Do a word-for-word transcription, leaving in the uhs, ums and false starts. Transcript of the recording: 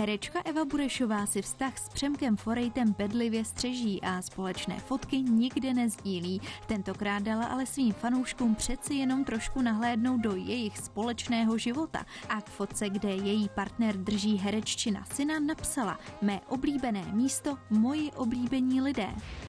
Herečka Eva Burešová si vztah s Přemkem Forejtem bedlivě střeží a společné fotky nikde nezdílí. Tentokrát dala ale svým fanouškům přeci jenom trošku nahlédnout do jejich společného života a k fotce, kde její partner drží hereččina syna, napsala: Mé oblíbené místo, moji oblíbení lidé.